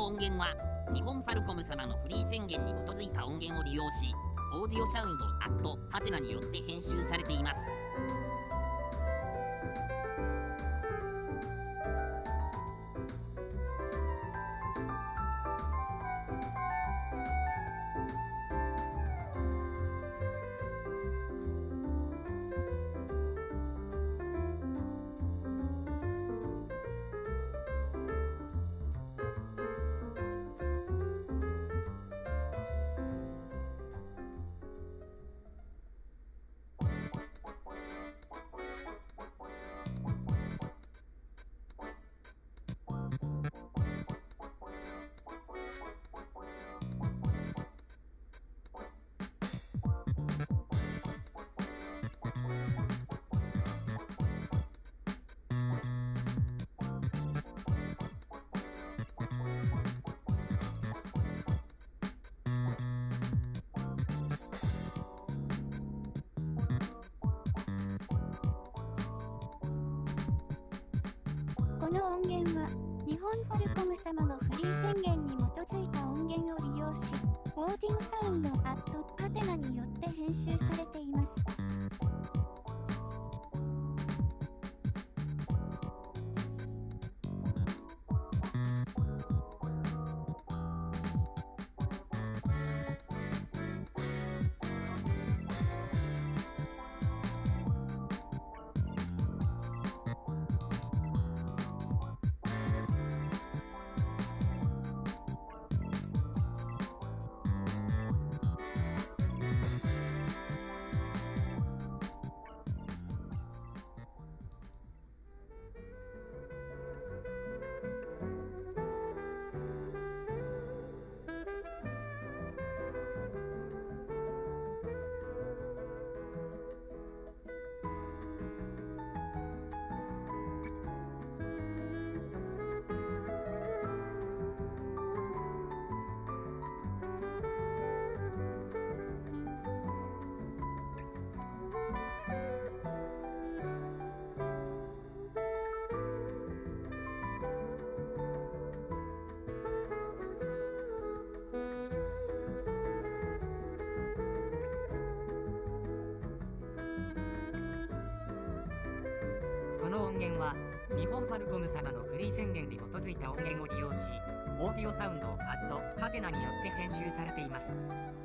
の音源は日本ファルコム様のフリー宣言に基づいた音源を利用し、オーディオサウンドハテナによって編集されています。 この音源は日本ファルコム様のフリー宣言に基づいた音源を利用し、オーディオサウンドハテナによって編集されています。 この音源は日本ファルコム様のフリー宣言に基づいた音源を利用し、オーディオサウンドハテナによって編集されています。